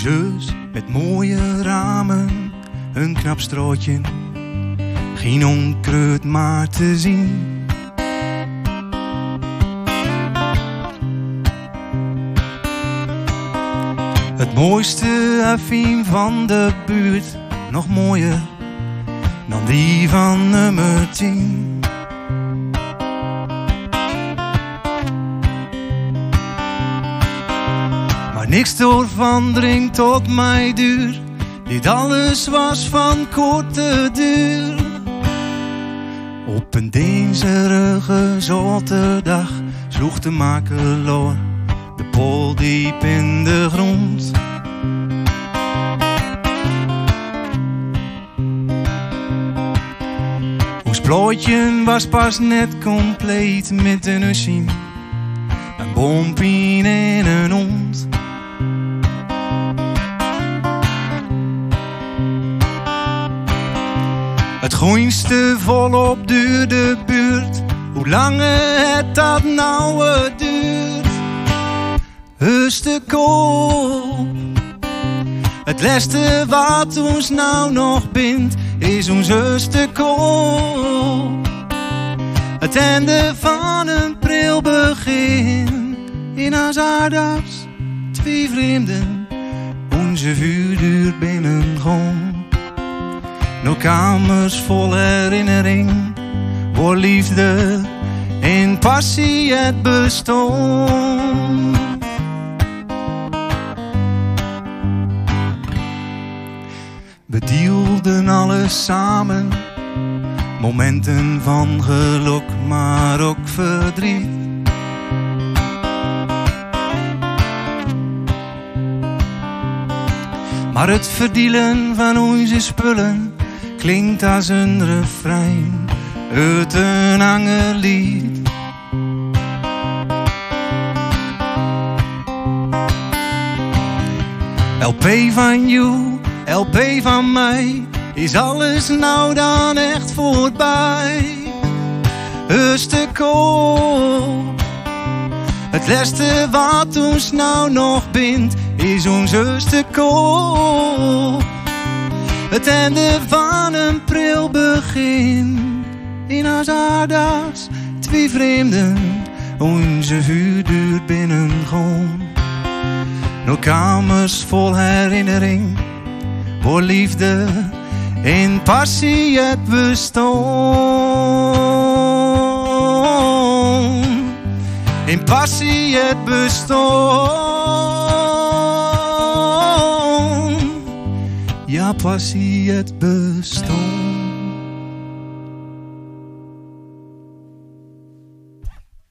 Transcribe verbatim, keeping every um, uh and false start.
zus met mooie ramen, een knap strootje, geen onkruid maar te zien. Het mooiste affiem van de buurt, nog mooier dan die van nummer tien. Maar niks ervan dringt tot mij duur, dit alles was van korte duur. Op een deenserige zoterdag sloeg de makeloor de pol diep in de grond. Ons plooitje was pas net compleet met een ussie, een bompien en een hond. Het groenste volop duurde buurt, hoe lang het dat nou duurt. Huste koop, het laatste wat ons nou nog bindt, is ons huste koop. Het einde van een pril begin, in ons aardags, twee vreemden, onze vuurduur binnengrond. Nog kamers vol herinnering, voor liefde en passie het bestond. We deelden alles samen, momenten van geluk, maar ook verdriet. Maar het verdielen van onze spullen klinkt als een refrein uit een angerlied. L P van you, L P van mij, is alles nou dan echt voorbij? Huste koop, het laatste wat ons nou nog bindt, is ons huste koop. Het einde van een pril begin, in ons aardags, twee vreemden, onze vuurduur binnengrond. Nog kamers vol herinnering, voor liefde en passie het bestond. In passie het bestond. Ja, passie het bestond.